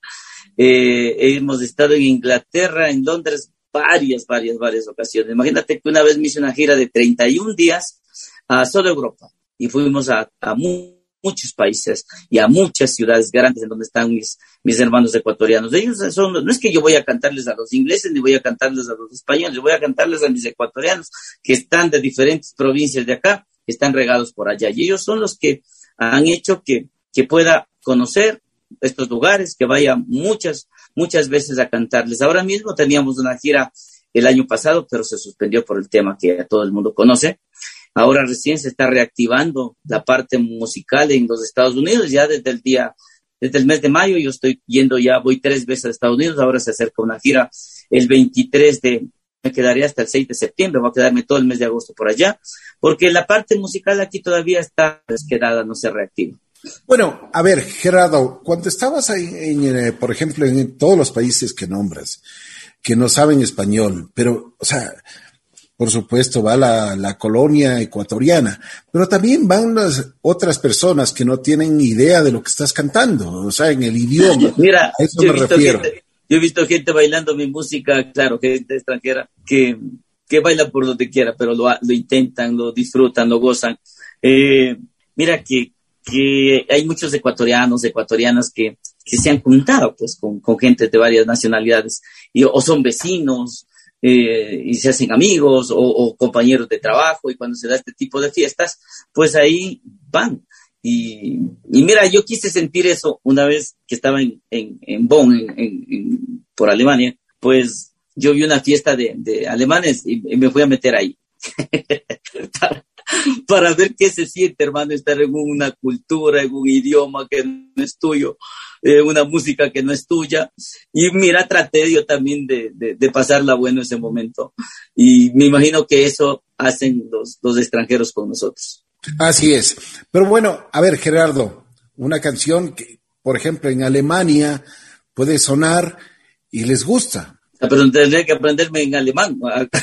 eh, hemos estado en Inglaterra, en Londres, varias, varias, varias ocasiones. Imagínate que una vez me hice una gira de treinta y un días a solo Europa y fuimos a, a mu- muchos países y a muchas ciudades grandes en donde están mis, mis hermanos ecuatorianos. Ellos son, no es que yo voy a cantarles a los ingleses ni voy a cantarles a los españoles, yo voy a cantarles a mis ecuatorianos que están de diferentes provincias de acá, que están regados por allá. Y ellos son los que han hecho que, que pueda conocer estos lugares, que vaya muchas, muchas veces a cantarles. Ahora mismo teníamos una gira el año pasado, pero se suspendió por el tema que todo el mundo conoce. Ahora recién se está reactivando la parte musical en los Estados Unidos, ya desde el día, desde el mes de mayo, yo estoy yendo ya, voy tres veces a Estados Unidos, ahora se acerca una gira el veintitrés de, me quedaré hasta el seis de septiembre, voy a quedarme todo el mes de agosto por allá, porque la parte musical aquí todavía está quedada, no se reactiva. Bueno, a ver, Gerardo, cuando estabas ahí, en, en, por ejemplo, en todos los países que nombras, que no saben español, pero, o sea, por supuesto, va la, la colonia ecuatoriana, pero también van las otras personas que no tienen ni idea de lo que estás cantando, o sea, en el idioma. Mira, a eso yo me he visto refiero. gente, yo he visto gente bailando mi música, claro, gente extranjera, que, que baila por donde quiera, pero lo, lo intentan, lo disfrutan, lo gozan. Eh, mira que, que hay muchos ecuatorianos, ecuatorianas que, que se han juntado pues con, con gente de varias nacionalidades, y, o son vecinos, Eh, y se hacen amigos o, o compañeros de trabajo, y cuando se da este tipo de fiestas, pues ahí van. Y, y mira, yo quise sentir eso una vez que estaba en, en, en Bonn, en, en, en, por Alemania, pues yo vi una fiesta de, de alemanes y, y me fui a meter ahí. para, para ver qué se siente, hermano, estar en una cultura, en un idioma que no es tuyo, eh, una música que no es tuya. Y mira, traté yo también de, de, de pasarla bueno ese momento. Y me imagino que eso hacen los, los extranjeros con nosotros. Así es. Pero bueno, a ver, Gerardo, una canción que, por ejemplo, en Alemania puede sonar y les gusta. Pero tendré que aprenderme en alemán.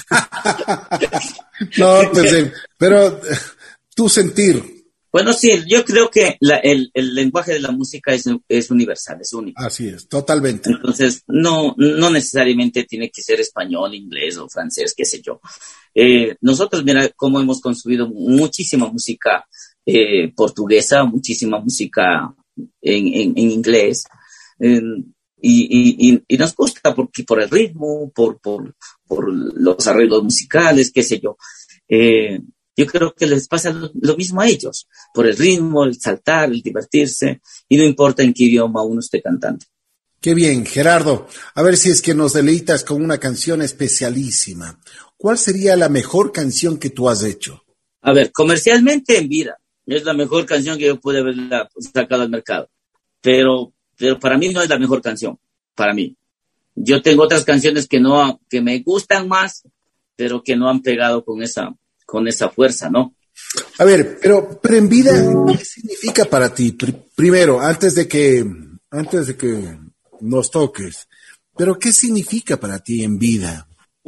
No, pues, eh, pero tu sentir. Bueno, sí, yo creo que la, el, el lenguaje de la música es, es universal, es único. Así es, totalmente. Entonces, no, no necesariamente tiene que ser español, inglés o francés, qué sé yo. Eh, nosotros, mira cómo hemos construido muchísima música eh, portuguesa, muchísima música en, en, en inglés. Eh, y, y, y nos gusta porque, por el ritmo, por, por, por los arreglos musicales, qué sé yo. Eh, Yo creo que les pasa lo, lo mismo a ellos, por el ritmo, el saltar, el divertirse, y no importa en qué idioma uno esté cantando. Qué bien, Gerardo. A ver si es que nos deleitas con una canción especialísima. ¿Cuál sería la mejor canción que tú has hecho? A ver, comercialmente, En Vida, es la mejor canción que yo pude haber sacado al mercado, pero, pero para mí no es la mejor canción, para mí. Yo tengo otras canciones que no, que me gustan más, pero que no han pegado con esa con esa fuerza, ¿no? A ver, pero, pero En Vida, ¿qué significa para ti? Pr- primero, antes de que, antes de que nos toques, pero ¿qué significa para ti En Vida?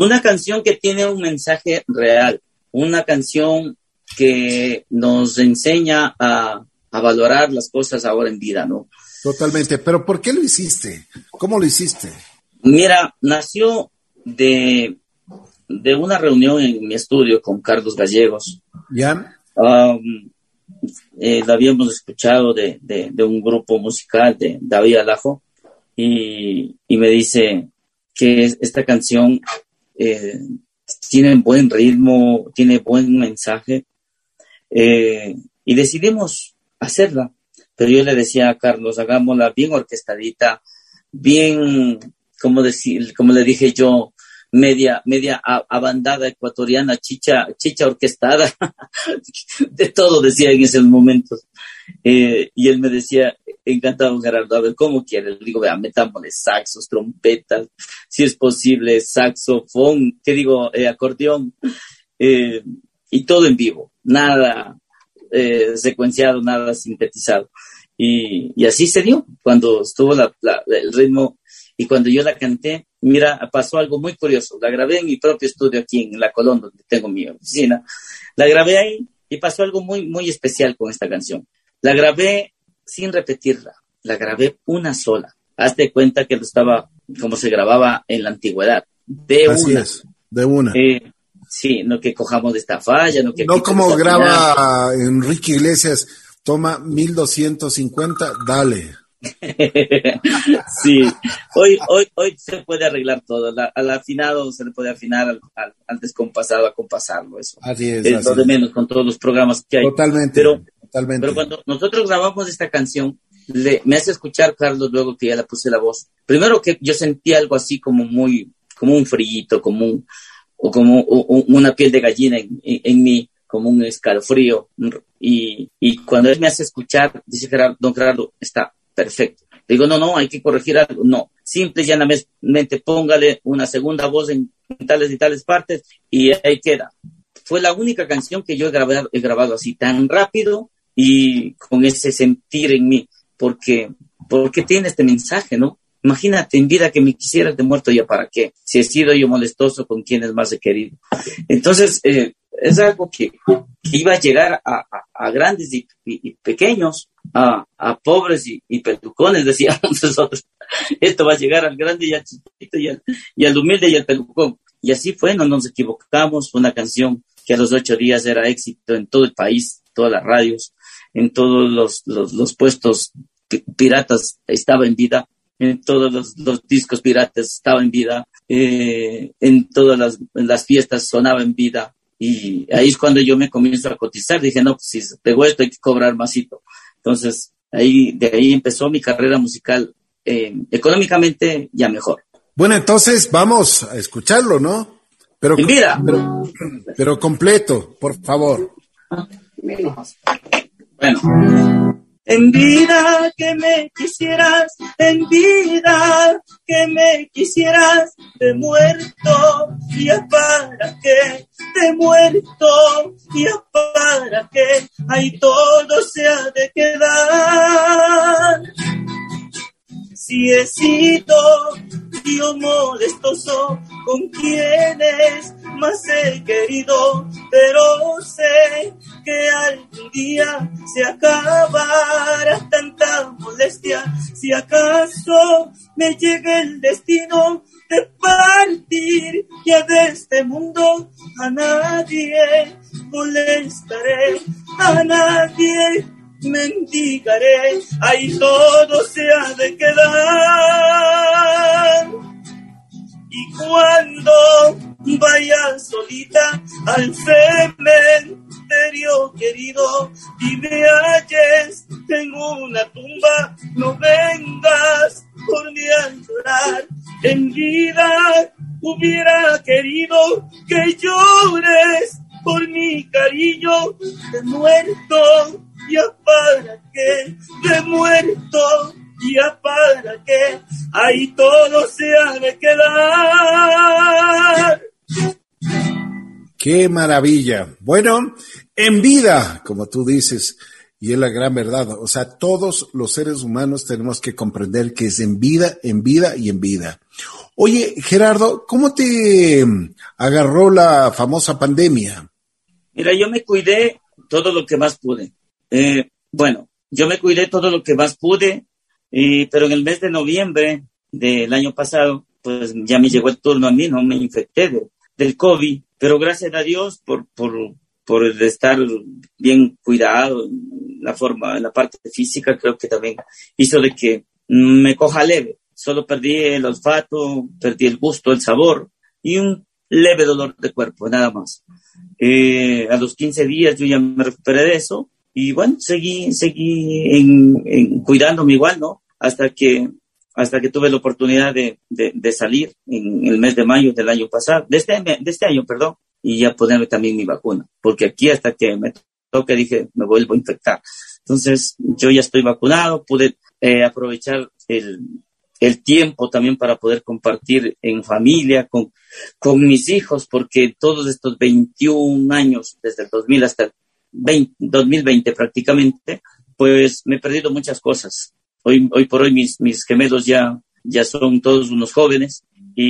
una canción que tiene un mensaje real, una canción que nos enseña a, a valorar las cosas ahora en vida, ¿no? Totalmente, pero ¿por qué lo hiciste? ¿Cómo lo hiciste? Mira, nació de, de una reunión en mi estudio con Carlos Gallegos. ¿Ya? Um, eh, la habíamos escuchado de, de, de un grupo musical de David Alajo y, y me dice que esta canción eh, tiene buen ritmo, tiene buen mensaje eh, y decidimos hacerla. Pero yo le decía a Carlos, hagámosla bien orquestadita, bien, como decir, como le dije yo, media, media abandada ecuatoriana, chicha, chicha orquestada, de todo decía en esos momentos. Eh, y él me decía, encantado Gerardo, a ver, ¿cómo quiere? Le digo, vea, metámosle saxos, trompetas, si es posible, saxofón, ¿qué digo? Eh, acordeón, eh, y todo en vivo, nada eh, secuenciado, nada sintetizado. Y, y así se dio, cuando estuvo la, la, el ritmo, y cuando yo la canté, mira, pasó algo muy curioso. La grabé en mi propio estudio aquí en La Colón, donde tengo mi oficina. La grabé ahí y pasó algo muy, muy especial con esta canción. La grabé sin repetirla, la grabé una sola. Hazte cuenta que lo estaba como se grababa en la antigüedad, de Así una. Es, de una. Eh, sí, no que cojamos de esta falla, no que... No como graba Enrique Iglesias, toma mil doscientos cincuenta, dale. Sí, hoy, hoy, hoy se puede arreglar todo. La, al afinado se le puede afinar, al, al, al descompasado a compasarlo. Eso así es, es así lo de es. menos con todos los programas que hay. Totalmente, pero, totalmente. pero cuando nosotros grabamos esta canción, le, me hace escuchar Carlos luego que ya le puse la voz. Primero que yo sentí algo así como muy, como un frillito, como un, o como o, una piel de gallina en, en, en mí, como un escalofrío. Y, y cuando él me hace escuchar, dice Gerardo, don Gerardo, está perfecto. Digo, no, no, hay que corregir algo. No, simple y llanamente póngale una segunda voz en tales y tales partes y ahí queda. Fue la única canción que yo he grabado, he grabado así tan rápido y con ese sentir en mí, porque, porque tiene este mensaje, ¿no? Imagínate, en vida que me quisieras, de muerto ya para qué, si he sido yo molestoso con quienes más he querido. Entonces, eh, es algo que, que iba a llegar a, a, a grandes y, y, y pequeños, a, a pobres y, y pelucones, decíamos nosotros. Esto va a llegar al grande y al chiquito y al, y al humilde y al pelucón. Y así fue, no nos equivocamos. Fue una canción que a los ocho días era éxito en todo el país, todas las radios, en todos los, los, los puestos piratas estaba en vida, en todos los, los discos piratas estaba en vida, eh, en todas las, en las fiestas sonaba en vida. Y ahí es cuando yo me comienzo a cotizar. Dije, no, pues si pegó esto hay que cobrar masito. Entonces, ahí, de ahí empezó mi carrera musical, eh, económicamente ya mejor. Bueno, entonces vamos a escucharlo, ¿no? Pero, En vida. Pero, pero completo, por favor. Bueno. En vida que me quisieras, en vida que me quisieras, de muerto, ya para qué, de muerto, ya para qué, ahí todo se ha de quedar. Si he sido yo molestoso con quienes más he querido, pero sé que algún día se acabará tanta molestia. Si acaso me llegue el destino de partir ya de este mundo, a nadie molestaré, a nadie mendigaré, ahí todo se ha de quedar. Y cuando vaya solita al cementerio querido y me halles en una tumba, no vengas por mí a llorar. En vida hubiera querido que llores por mi cariño, de muerto ya para qué, de muerto ya para qué, ahí todo se ha de quedar. ¡Qué maravilla! Bueno, en vida, como tú dices, y es la gran verdad, o sea, todos los seres humanos tenemos que comprender que es en vida, en vida y en vida. Oye, Gerardo, ¿cómo te agarró la famosa pandemia? Mira, yo me cuidé todo lo que más pude. Eh, bueno, yo me cuidé todo lo que más pude, y, pero en el mes de noviembre del año pasado, pues ya me llegó el turno a mí, no me infecté de, del COVID, pero gracias a Dios por, por, por el estar bien cuidado, la forma, en la parte física, creo que también hizo de que me coja leve. Solo perdí el olfato, perdí el gusto, el sabor y un leve dolor de cuerpo, nada más. Eh, a los quince días yo ya me recuperé de eso y bueno, seguí, seguí en, en cuidándome igual, ¿no? Hasta que, hasta que tuve la oportunidad de, de, de salir en el mes de mayo del año pasado, de este, de este año, perdón, y ya ponerme también mi vacuna, porque aquí hasta que me toque dije, me vuelvo a infectar. Entonces, yo ya estoy vacunado, pude eh, aprovechar el, el tiempo también para poder compartir en familia, con, con mis hijos, porque todos estos veintiún años, desde el dos mil hasta el veinte, dos mil veinte prácticamente, pues me he perdido muchas cosas. Hoy, hoy por hoy mis, mis gemelos ya, ya son todos unos jóvenes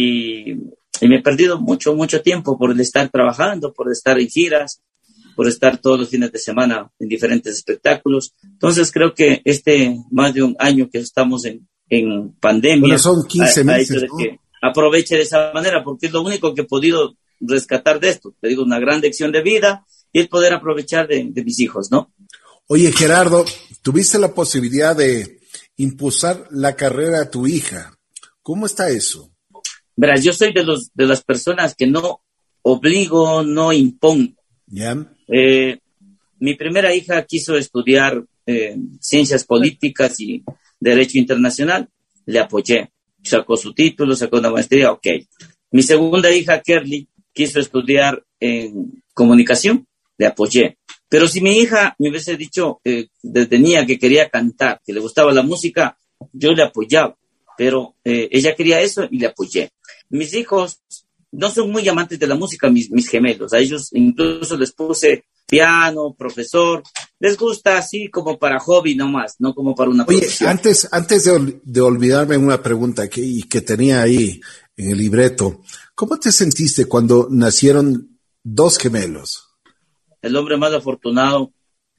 y, y me he perdido mucho, mucho tiempo por el estar trabajando, por estar en giras, por estar todos los fines de semana en diferentes espectáculos. Entonces creo que este más de un año que estamos en, en pandemia, bueno, son quince meses, ha hecho de ¿no? que aproveche de esa manera, porque es lo único que he podido rescatar de esto. Te digo, una gran lección de vida y el poder aprovechar de, de mis hijos, ¿no? Oye, Gerardo, tuviste la posibilidad de impulsar la carrera a tu hija. ¿Cómo está eso? Verás, yo soy de los de las personas que no obligo, no impongo. ¿Ya? Eh, mi primera hija quiso estudiar eh, ciencias políticas y derecho internacional, le apoyé, sacó su título, sacó una maestría, ok. Mi segunda hija, Kerly, quiso estudiar en comunicación, le apoyé. Pero si mi hija me hubiese dicho eh, desde niña que quería cantar, que le gustaba la música, yo le apoyaba, pero eh, ella quería eso y le apoyé. Mis hijos no son muy amantes de la música, mis, mis gemelos. A ellos incluso les puse piano, profesor. Les gusta así como para hobby nomás, no como para una Oye, profesión. antes, antes de, ol- de olvidarme una pregunta que, y que tenía ahí en el libreto, ¿cómo te sentiste cuando nacieron dos gemelos? El hombre más afortunado,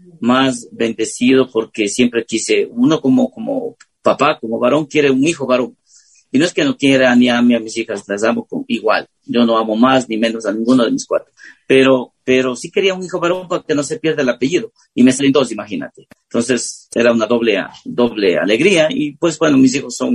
más bendecido, porque siempre quise, uno como, como papá, como varón, quiere un hijo varón. Y no es que no quiera ni ame a mis hijas, las amo con, igual. Yo no amo más ni menos a ninguno de mis cuatro. Pero, pero sí quería un hijo varón para que no se pierda el apellido. Y me salieron dos, imagínate. Entonces era una doble, doble alegría. Y pues bueno, mis hijos son,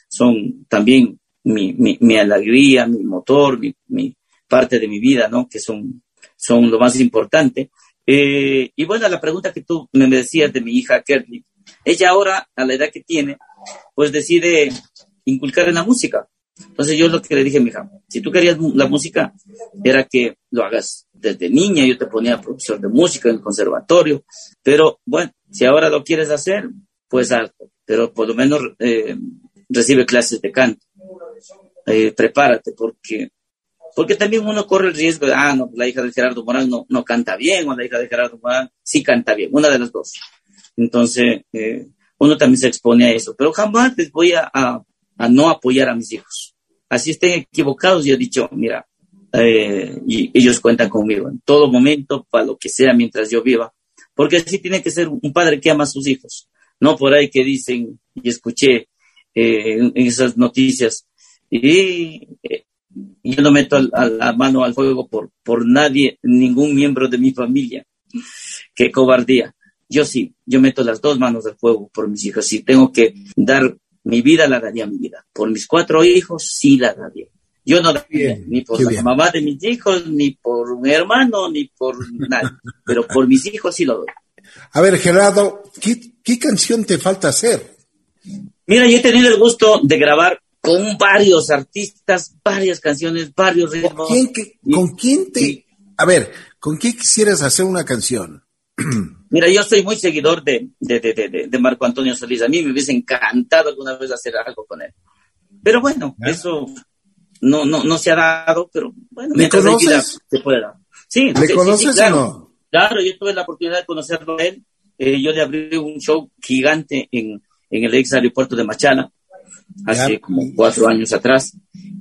son también mi, mi, mi alegría, mi motor, mi, mi parte de mi vida, ¿no? Que son, son lo más importante. Eh, y bueno, la pregunta que tú me decías de mi hija Kerly, ella ahora, a la edad que tiene, pues decide inculcar en la música. Entonces yo lo que le dije a mi hija, si tú querías la música, era que lo hagas desde niña. Yo te ponía profesor de música en el conservatorio, pero bueno, si ahora lo quieres hacer, pues hazlo, pero por lo menos eh, recibe clases de canto. Eh, prepárate, porque porque también uno corre el riesgo de, ah, no, la hija de Gerardo Morán no, no canta bien, o la hija de Gerardo Morán sí canta bien, una de las dos. Entonces, eh, uno también se expone a eso, pero jamás les voy a, a, a no apoyar a mis hijos. Así estén equivocados, yo he dicho, mira, eh, y ellos cuentan conmigo en todo momento, para lo que sea, mientras yo viva, porque así tiene que ser un padre que ama a sus hijos, no por ahí que dicen, y escuché eh, en, en esas noticias, y eh, yo no meto al, a la mano al fuego por, por nadie, ningún miembro de mi familia. Qué cobardía. Yo sí, yo meto las dos manos al fuego por mis hijos. Si tengo que dar mi vida, la daría mi vida. Por mis cuatro hijos, sí la daría. Yo no daría Bien, ni por qué la bien. mamá de mis hijos, ni por un hermano, ni por nadie. Pero por mis hijos sí lo doy. A ver, Gerardo, ¿qué, qué canción te falta hacer? Mira, yo he tenido el gusto de grabar con varios artistas, varias canciones, varios ritmos. ¿Con quién, que- con quién te... A ver, ¿con quién quisieras hacer una canción? Mira, yo soy muy seguidor de, de, de, de, de Marco Antonio Solís. A mí me hubiese encantado alguna vez hacer algo con él. Pero bueno, ¿Ah? eso no, no, no se ha dado, pero bueno, ¿Le mientras hay vida, conoces? se puede dar. Sí, ¿Le sí, conoces sí, sí, claro. o no? Claro, yo tuve la oportunidad de conocerlo a él. Eh, yo le abrí un show gigante en, en el ex aeropuerto de Machala. hace ya. como cuatro años atrás.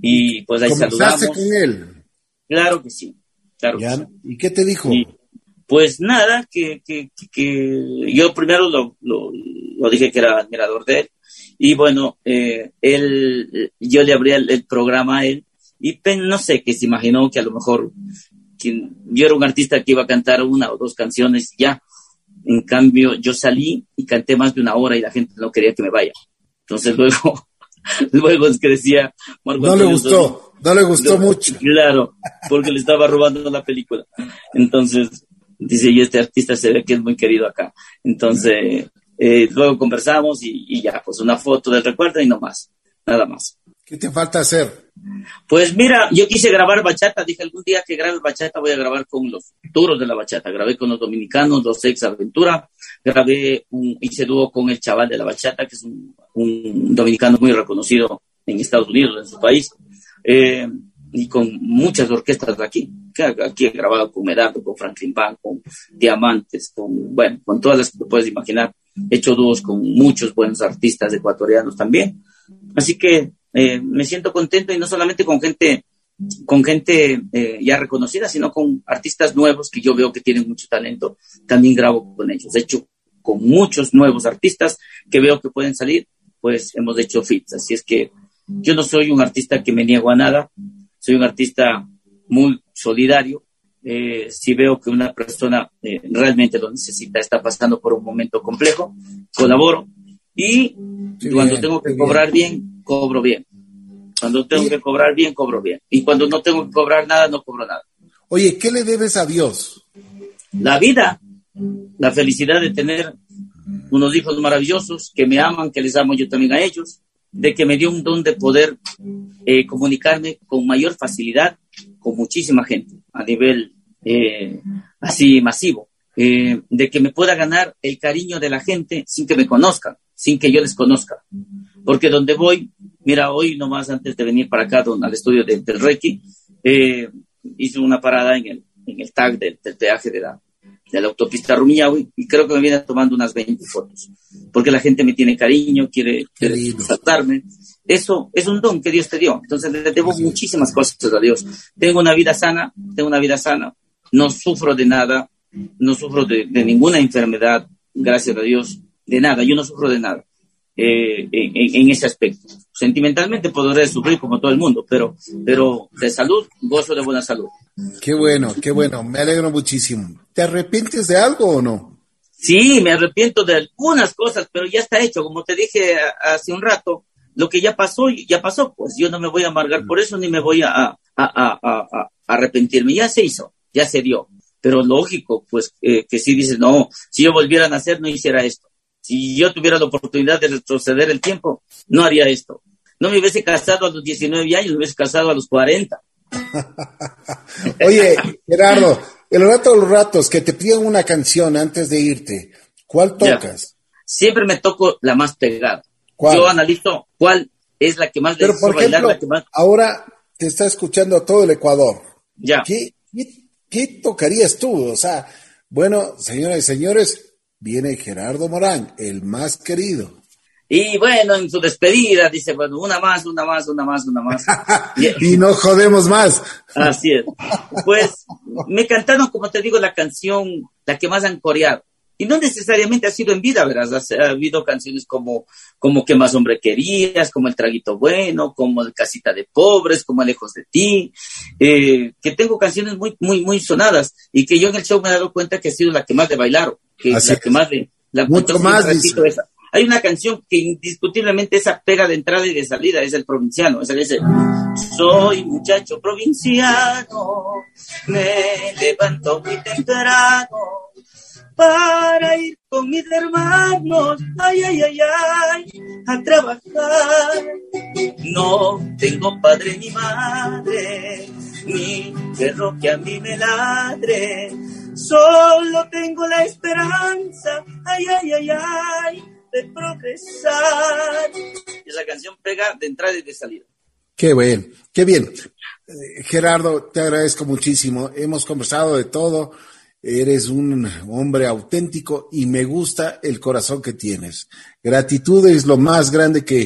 Y pues ahí ¿Conversaste saludamos. con él? Claro que sí, claro ¿Ya? que sí. ¿Y qué te dijo? Y, pues nada, que, que, que, que yo primero lo, lo, lo dije que era admirador de él. Y bueno, eh, él, yo le abría el, el programa a él y pen, no sé, que se imaginó que a lo mejor que yo era un artista que iba a cantar una o dos canciones ya. En cambio, yo salí y canté más de una hora y la gente no quería que me vaya. Entonces luego, luego es que decía... Marco no Antonio le gustó, Solís, no le gustó no, mucho. Claro, porque le estaba robando la película. Entonces, dice, y este artista se ve que es muy querido acá. Entonces, eh, luego conversamos y, y ya, pues una foto del recuerdo y no más, nada más. ¿Qué te falta hacer? Pues mira, yo quise grabar bachata, dije algún día que grabe bachata voy a grabar con los duros de la bachata, grabé con los dominicanos, los ex Aventura, grabé, un, hice dúo con el chaval de la bachata, que es un, un dominicano muy reconocido en Estados Unidos, en su país, eh, y con muchas orquestas de aquí, que aquí he grabado con Medardo, con Franklin Van, con Diamantes, con, bueno, con todas las que te puedes imaginar, he hecho dúos con muchos buenos artistas ecuatorianos también, así que Eh, me siento contento y no solamente con gente con gente eh, ya reconocida, sino con artistas nuevos que yo veo que tienen mucho talento, también grabo con ellos. De hecho, con muchos nuevos artistas que veo que pueden salir, pues hemos hecho feats. Así es que yo no soy un artista que me niego a nada, soy un artista muy solidario. Eh, si veo que una persona eh, realmente lo necesita, está pasando por un momento complejo, colaboro. Y sí, cuando bien, tengo que cobrar bien. bien, cobro bien. Cuando tengo sí. que cobrar bien, cobro bien. Y cuando no tengo que cobrar nada, no cobro nada. Oye, ¿qué le debes a Dios? La vida, la felicidad de tener unos hijos maravillosos que me aman, que les amo yo también a ellos, de que me dio un don de poder eh, comunicarme con mayor facilidad con muchísima gente a nivel eh, así masivo, eh, de que me pueda ganar el cariño de la gente sin que me conozcan, sin que yo les conozca. Porque donde voy, mira, hoy nomás antes de venir para acá don, al estudio de, del Reiki, eh, hice una parada en el, en el tag del, del peaje de la, de la autopista Rumiñahui y creo que me viene tomando unas veinte fotos. Porque la gente me tiene cariño, quiere, quiere tratarme. Eso es un don que Dios te dio. Entonces le debo sí. muchísimas cosas a Dios. Tengo una vida sana, tengo una vida sana. No sufro de nada, no sufro de, de ninguna enfermedad, gracias a Dios. De nada, yo no sufro de nada eh, en, en ese aspecto. Sentimentalmente podré sufrir como todo el mundo, pero, pero de salud, gozo de buena salud. Qué bueno, qué bueno, me alegro muchísimo. ¿Te arrepientes de algo o no? Sí, me arrepiento de algunas cosas, pero ya está hecho. Como te dije hace un rato, lo que ya pasó, ya pasó, pues yo no me voy a amargar por eso, ni me voy a, a, a, a, a arrepentirme. Ya se hizo, ya se dio. Pero lógico, pues eh, que si dices, no, si yo volviera a nacer no hiciera esto. Si yo tuviera la oportunidad de retroceder el tiempo, no haría esto. No me hubiese casado a los diecinueve años, me hubiese casado a los cuarenta. Oye, Gerardo, el rato de los ratos que te pidan una canción antes de irte, ¿cuál tocas? Ya. Siempre me toco la más pegada. ¿Cuál? Yo analizo cuál es la que más Pero le por hizo bailar, ejemplo, la que más... ahora te está escuchando todo el Ecuador. Ya. ¿Qué, qué, qué tocarías tú? O sea, bueno, señoras y señores, viene Gerardo Morán, el más querido. Y bueno, en su despedida dice, bueno, una más, una más, una más, una más. Y no jodemos más. Así es. Pues me cantaron, como te digo, la canción, la que más han coreado. Y no necesariamente ha sido en vida, ¿verdad? Ha habido canciones como, como ¿Qué más hombre querías? Como El traguito bueno, como El casita de pobres, como Lejos de ti. Eh, que tengo canciones muy, muy, muy sonadas y que yo en el show me he dado cuenta que ha sido la que más le bailaron. Que Así la es. que más de la mucho más repito esa. Hay una canción que indiscutiblemente esa pega de entrada y de salida, es El provinciano, esa que dice, soy muchacho provinciano, me levanto muy temprano para ir con mis hermanos, ay, ay, ay, ay, a trabajar. No tengo padre ni madre, ni perro que a mí me ladre, solo tengo la esperanza, ay, ay, ay, ay, de progresar. Esa canción pega de entrada y de salida. Qué bien, qué bien. Eh, Gerardo, te agradezco muchísimo. Hemos conversado de todo. Eres un hombre auténtico y me gusta el corazón que tienes. Gratitud es lo más grande que,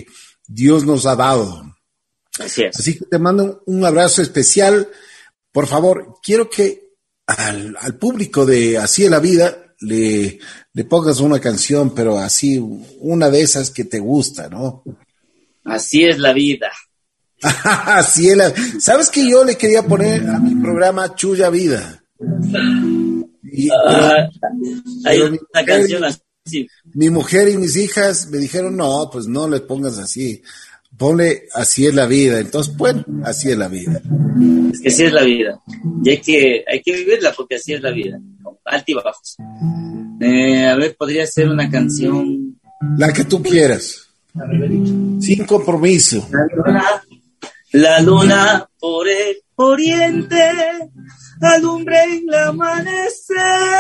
Dios nos ha dado. Así es. Así que te mando un abrazo especial. Por favor, quiero que al, al público de Así es la vida le, le pongas una canción, pero así, una de esas que te gusta, ¿no? Así es la vida. Así es la... ¿Sabes que yo le quería poner a mi programa Chulla Vida? Y, uh, pero, hay pero una mujer, canción así. Mi mujer y mis hijas me dijeron, no, pues no le pongas así. Ponle Así es la vida. Entonces, bueno, así es la vida. Es que así es la vida. Y hay que, hay que vivirla porque así es la vida. Altibajos. Eh, a ver, podría ser una canción. La que tú quieras. Sin compromiso. La luna, la luna por el oriente alumbra en el amanecer.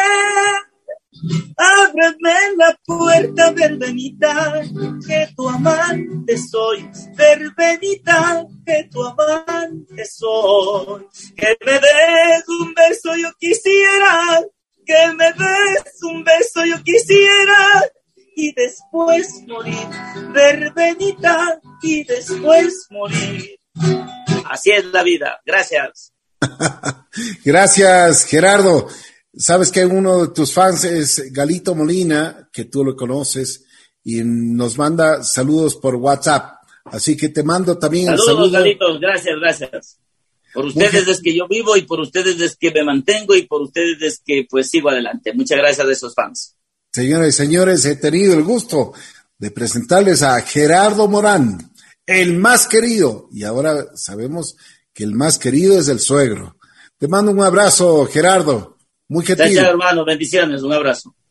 Ábreme la puerta, verbenita, que tu amante soy. Verbenita, que tu amante soy. Que me des un beso yo quisiera, que me des un beso yo quisiera, y después morir. Verbenita, y después morir. Así es la vida. Gracias. Gracias, Gerardo. Sabes que uno de tus fans es Galito Molina, que tú lo conoces, y nos manda saludos por WhatsApp. Así que te mando también saludos, el saludo. Galito, gracias, gracias. Por ustedes es que yo vivo y por ustedes es que me mantengo y por ustedes es que pues sigo adelante. Muchas gracias a esos fans. Señoras y señores, he tenido el gusto de presentarles a Gerardo Morán, el más querido. Y ahora sabemos que el más querido es el suegro. Te mando un abrazo, Gerardo. Muy gentil. Gracias, hermano. Bendiciones. Un abrazo.